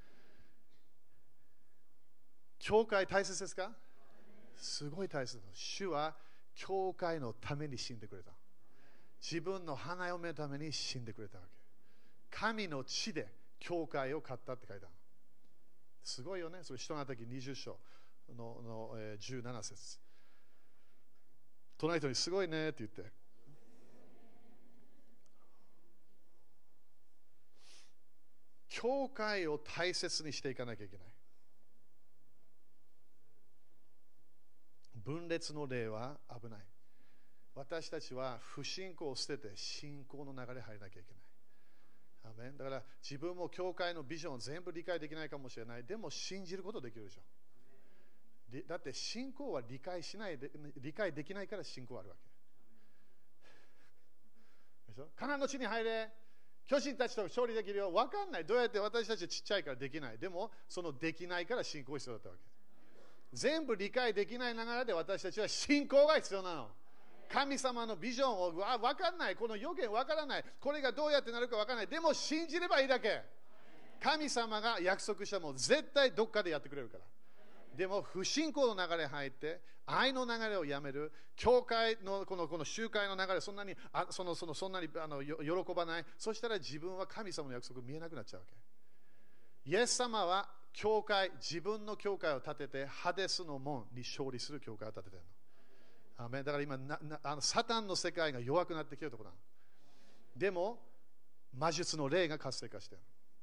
Speaker 1: 教会大切ですか？すごい大切。主は教会のために死んでくれた。自分の花嫁のために死んでくれたわけ。神の血で教会を買ったって書いてある。すごいよね。それ使徒の働き20章の17節。隣の人にすごいねって言って。教会を大切にしていかなきゃいけない。分裂の例は危ない。私たちは不信仰を捨てて信仰の流れに入らなきゃいけない。アメン。だから自分も教会のビジョンを全部理解できないかもしれない。でも信じることできるでしょ。だって信仰は理解できないから信仰あるわけでしょ。カナンの地に入れ、巨人たちと勝利できるよ。分かんない。どうやって私たちちっちゃいからできない。でもそのできないから信仰が必要だったわけ。全部理解できないながらで私たちは信仰が必要なの。神様のビジョンを分かんない。この予言分からない。これがどうやってなるか分からない。でも信じればいいだけ。神様が約束したもの絶対どっかでやってくれるから。でも不信仰の流れに入って愛の流れをやめる、教会のこの集会の流れそんなにそんなに喜ばない。そしたら自分は神様の約束見えなくなっちゃうわけ。イエス様は教会、自分の教会を建ててハデスの門に勝利する教会を建てているの。アメン。だから今サタンの世界が弱くなってきているところなの。でも魔術の霊が活性化してる。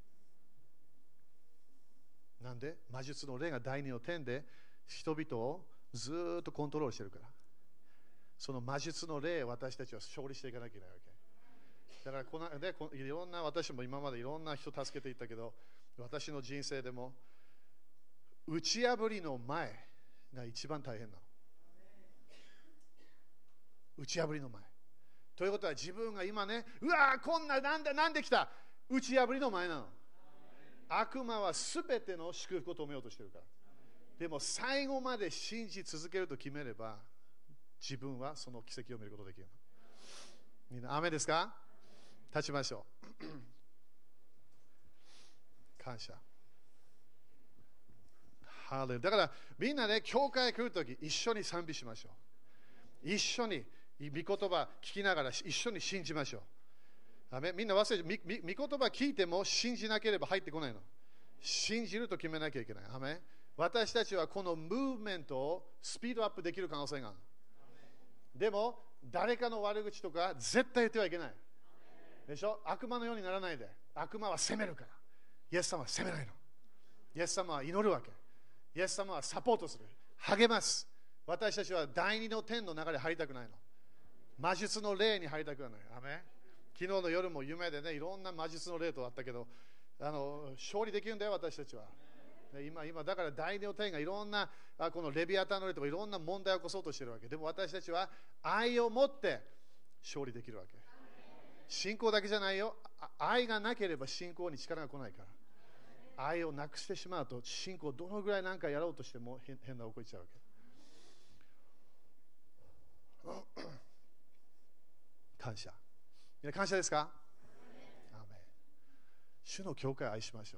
Speaker 1: なんで魔術の霊が第二の点で人々をずーっとコントロールしてるから。その魔術の霊を私たちは勝利していかなきゃいけないわけ。だからいろんな、私も今までいろんな人助けていったけど、私の人生でも打ち破りの前が一番大変なの。打ち破りの前。ということは自分が今ね、うわーこんな、なんで来た、打ち破りの前なの。悪魔はすべての祝福を止めようとしてるから。でも最後まで信じ続けると決めれば、自分はその奇跡を見ることができる。みんな、アメですか？立ちましょう。感謝。ハレル。だからみんなね、教会来るとき一緒に賛美しましょう。一緒に御言葉聞きながら一緒に信じましょう。みんな忘れて、御言葉聞いても信じなければ入ってこないの。信じると決めなきゃいけない。私たちはこのムーブメントをスピードアップできる可能性がある。でも誰かの悪口とか絶対言ってはいけない。でしょ？悪魔のようにならないで。悪魔は責めるから。イエス様は責めないの。イエス様は祈るわけ。イエス様はサポートする。励ます。私たちは第二の天の中で入りたくないの。魔術の霊に入りたくはない。アメン。昨日の夜も夢でね、いろんな魔術の霊とあったけど、勝利できるんだよ、私たちは。今だから第二の天がいろんなこのレビアタンの霊とかいろんな問題を起こそうとしているわけ。でも私たちは愛を持って勝利できるわけ。信仰だけじゃないよ。愛がなければ信仰に力が来ないから。愛をなくしてしまうと信仰どのぐらい何かやろうとしても変な起こりちゃうわけ。感謝。みんな感謝ですか？アーメン。主の教会を愛しましょう。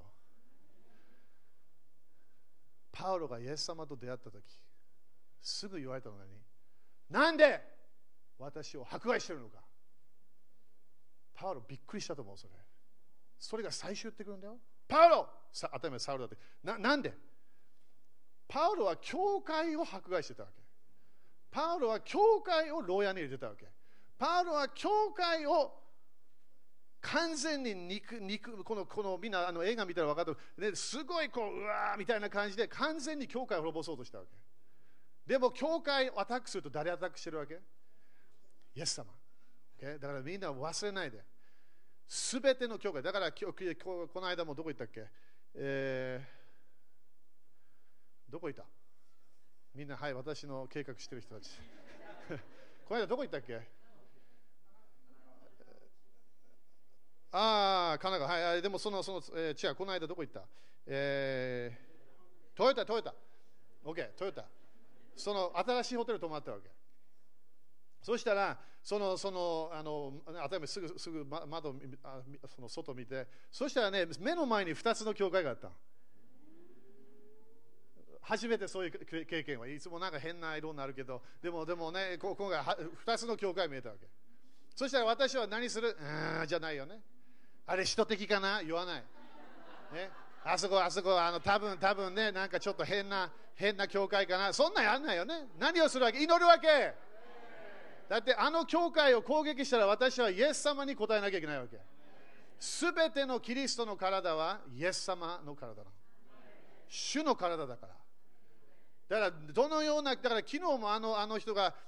Speaker 1: パウロがイエス様と出会ったとき、すぐ言われたのに、なんで私を迫害してるのか。パウロびっくりしたと思う、それが最初言ってくるんだよ。パウロ当たり前サウルだって。なんでパウロは教会を迫害してたわけ。パウロは教会を牢屋に入れてたわけ。パウロは教会を完全にこのみんな映画見たら分かると、ね、すごいこう、うわーみたいな感じで完全に教会を滅ぼそうとしたわけ。でも教会をアタックすると誰アタックしてるわけ？イエス様。だからみんな忘れないで。すべての教会。だからこの間もどこ行ったっけ？どこ行った？みんな、はい、私の計画してる人たち。この間どこ行ったっけ？神奈川。はい、でも違う、この間どこ行った？トヨタ。OK、トヨタ。その新しいホテル泊まったわけ。そしたら、当たり前すぐ窓、その外見て、そしたらね、目の前に2つの教会があった。初めてそういう経験は、いつもなんか変な色になるけど、でもね、今回2つの教会見えたわけ。そしたら私は何する？じゃないよね。あれ、人的かな？言わない。ね、あそこ、多分ね、なんかちょっと変な教会かな？そんなんやんないよね。何をするわけ？祈るわけ。だってあの教会を攻撃したら私はイエス様に答えなきゃいけないわけ。すべてのキリストの体はイエス様の体なの。主の体だから。だからどのような、だから昨日もあの人が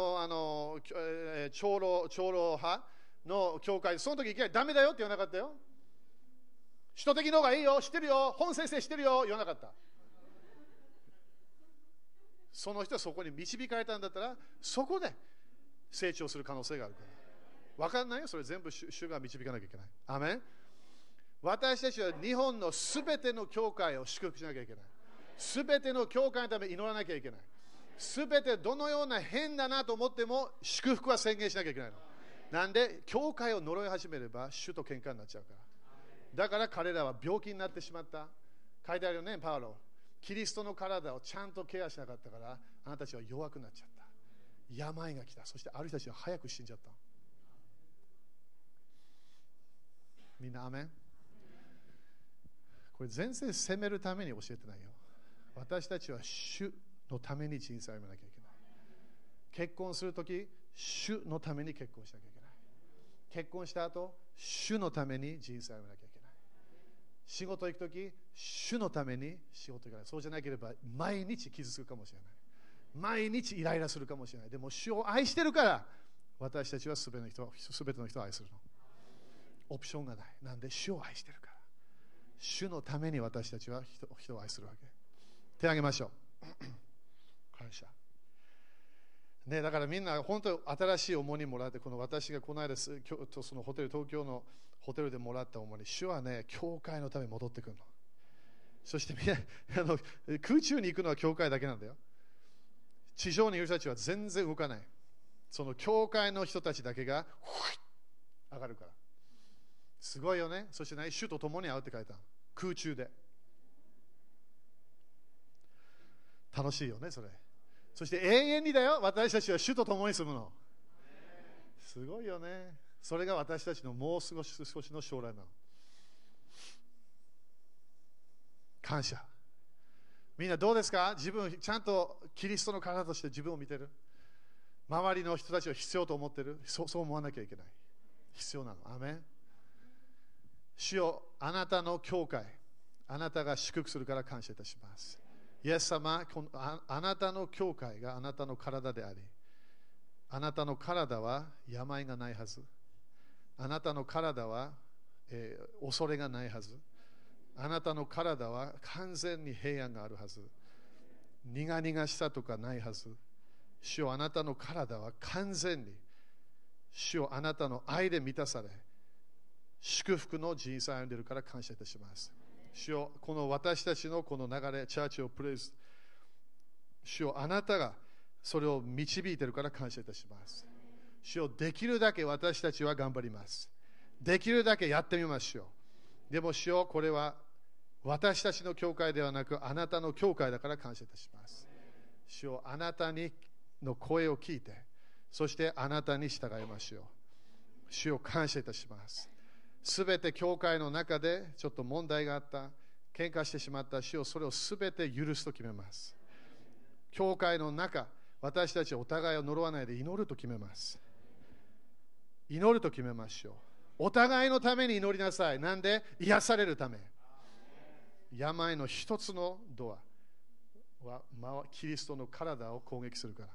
Speaker 1: 長老派の教会、その時いきなりダメだよって言わなかったよ。人的の方がいいよ、知ってるよ、本先生知ってるよ、言わなかった。その人はそこに導かれたんだったら、そこで成長する可能性があるから。分かんないよ、それ全部主が導かなきゃいけない。アメン。私たちは日本のすべての教会を祝福しなきゃいけない。すべての教会のために祈らなきゃいけない。すべてどのような変だなと思っても祝福は宣言しなきゃいけないの。なんで、教会を呪い始めれば主と喧嘩になっちゃうから。だから彼らは病気になってしまった。書いてあるよね、パウロ。キリストの体をちゃんとケアしなかったから、あなたたちは弱くなっちゃった。病が来た。そしてある人たちは早く死んじゃった。みんなアメン。これ全然責めるために教えてないよ。私たちは主のために人生を歩まなきゃいけない。結婚するとき、主のために結婚しなきゃいけない。 結婚した後、主のために人生を歩まなきゃいけない。仕事行くとき、主のために仕事行かない。そうじゃなければ毎日傷つくかもしれない。毎日イライラするかもしれない。でも主を愛してるから、私たちはすべての人を愛するの。オプションがない。なんで主を愛してるから。主のために私たちは人を愛するわけ。手を挙げましょう。感謝。ね、だからみんな本当に新しい重荷もらって、この私がこの間そのホテル、東京のホテルでもらった重荷、主はね、教会のために戻ってくるの。そしてみんな空中に行くのは教会だけなんだよ。地上にいる人たちは全然動かない。その教会の人たちだけが上がるから。すごいよね。そしてね、主と共に会うって書いた。空中で。楽しいよね、それ。そして永遠にだよ、私たちは主と共に住むの。すごいよね。それが私たちのもう少しの将来なの。感謝。みんなどうですか？自分、ちゃんとキリストの体として自分を見てる？周りの人たちを必要と思ってる？そう思わなきゃいけない。必要なの。アメン。主よ、あなたの教会、あなたが祝福するから感謝いたします。イエス様、あなたの教会があなたの体であり、あなたの体は病がないはず。あなたの体は、恐れがないはず。あなたの体は完全に平安があるはず。苦々しさとかないはず。主よ、あなたの体は完全に、主よ、あなたの愛で満たされ、祝福の人生を歩んでいるから感謝いたします。主よ、この私たちのこの流れ、チャーチをプレイス、主よ、あなたがそれを導いているから感謝いたします。主よ、できるだけ私たちは頑張ります。できるだけやってみましょう。でも主よ、これは私たちの教会ではなく、あなたの教会だから感謝いたします。主よ、あなたの声を聞いて、そしてあなたに従いましょう。主よ、感謝いたします。すべて教会の中でちょっと問題があった、喧嘩してしまった主よ、それをすべて許すと決めます。教会の中、私たちはお互いを呪わないで祈ると決めます。祈ると決めましょう。お互いのために祈りなさい。なんで？癒されるため。病の一つのドアはキリストの体を攻撃するから。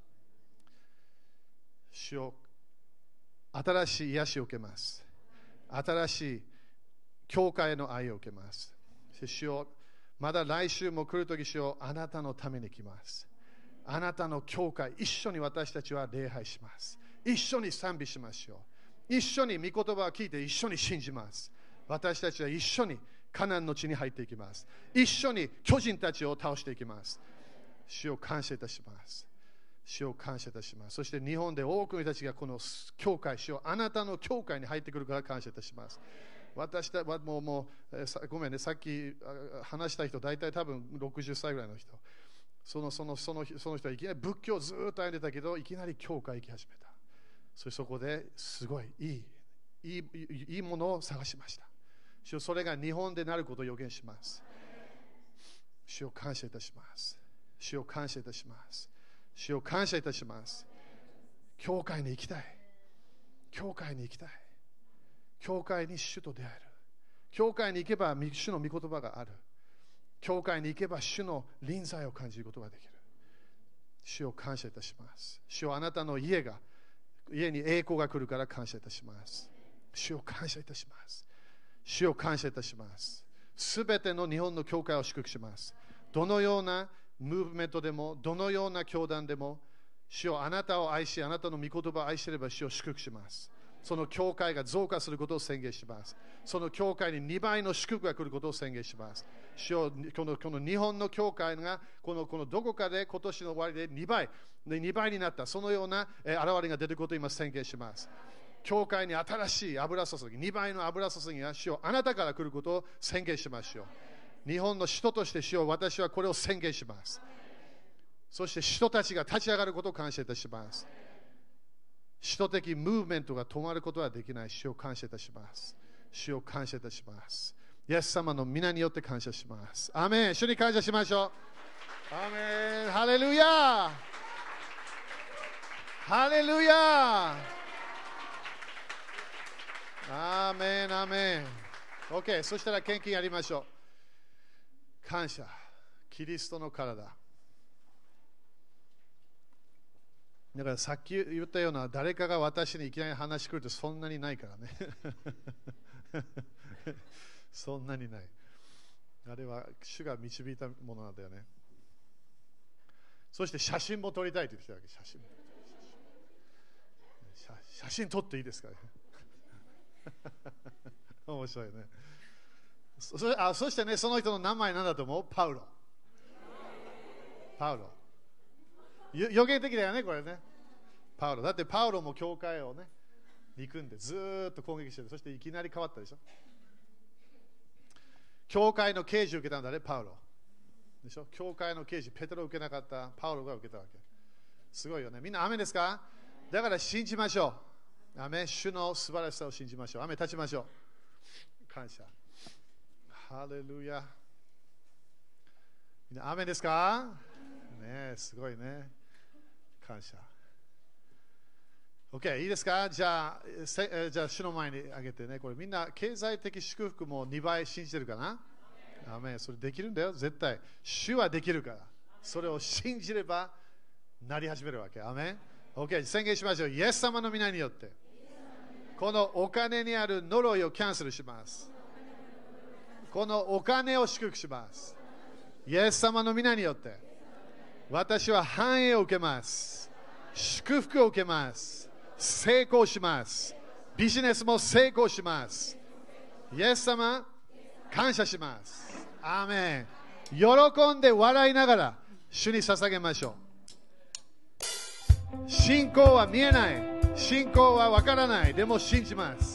Speaker 1: 主よ、新しい癒しを受けます。新しい教会の愛を受けます。主よ、まだ来週も来るとき、主よ、あなたのために来ます。あなたの教会、一緒に私たちは礼拝します。一緒に賛美しましょう。一緒に御言葉を聞いて一緒に信じます。私たちは一緒にカナンの地に入っていきます。一緒に巨人たちを倒していきます。主を感謝いたします。主を感謝いたします。そして日本で多くの人たちがこの教会、主をあなたの教会に入ってくるから感謝いたします。私たちはもうごめんね、さっき話した人、大体多分60歳ぐらいの人。その人はいきなり仏教をずっと歩んでたけど、いきなり教会行き始めた。そこですごいいいものを探しました。主よ、それが日本でなることを予言します。主を感謝いたします。主を感謝いたします。主を感謝いたします。教会に行きたい。教会に行きたい。教会に主と出会える。教会に行けば主の御言葉がある。教会に行けば主の臨在を感じることができる。主を感謝いたします。主をあなたの家に栄光が来るから感謝いたします。主を感謝いたします。主を感謝いたします。すべての日本の教会を祝福します。どのようなムーブメントでも、どのような教団でも、主をあなたを愛し、あなたの御言葉を愛していれば主を祝福します。その教会が増加することを宣言します。その教会に2倍の祝福が来ることを宣言します。主よ、この日本の教会がこのどこかで今年の終わりで2倍になった、そのような現れが出てくることを今宣言します。教会に新しい油注ぎ、2倍の油注ぎが主よ、あなたから来ることを宣言しましょう。日本の首都として主よ、私はこれを宣言します。そして人たちが立ち上がることを感謝いたします。首都的ムーブメントが止まることはできない。主を感謝いたします。主を感謝いたします。イエス様の皆によって感謝します。アーメン。主に感謝しましょう。アーメン。ハレルヤ。ハレルヤ。 アーメン、アーメン。OK、そしたら献金やりましょう。感謝。キリストの体。だからさっき言ったような誰かが私にいきなり話してくるとそんなにないからね。そんなにない。あれは主が導いたものなんだよね。そして写真も撮りたいと言ってたわけ。写真撮っていいですか？面白いね。そしてね、その人の名前なんだと思う？パウロ。予言的だよね、これね。パウロ。だってパウロも教会をね、憎んでずーっと攻撃してる。そしていきなり変わったでしょ。教会の啓示を受けたんだね、パウロ。でしょ。教会の啓示、ペテロを受けなかった、パウロが受けたわけ。すごいよね。みんな、アメンですか？だから信じましょう。アメン、主の素晴らしさを信じましょう。アメン、立ちましょう。感謝。ハレルヤ。みんな、アメンですか？ね、すごいね。感謝。OK、いいですか？じゃあ、主の前にあげてね。これみんな経済的祝福も2倍信じてるかな？アメン。それできるんだよ、絶対。主はできるから。それを信じればなり始めるわけ。アメン。OK、宣言しましょう。イエス様の皆によって、このお金にある呪いをキャンセルします。このお金を祝福します。イエス様の皆によって、私は繁栄を受けます。祝福を受けます。成功します。ビジネスも成功します。イエス様、感謝します。アーメン。喜んで笑いながら主に捧げましょう。信仰は見えない。信仰はわからない。でも信じます。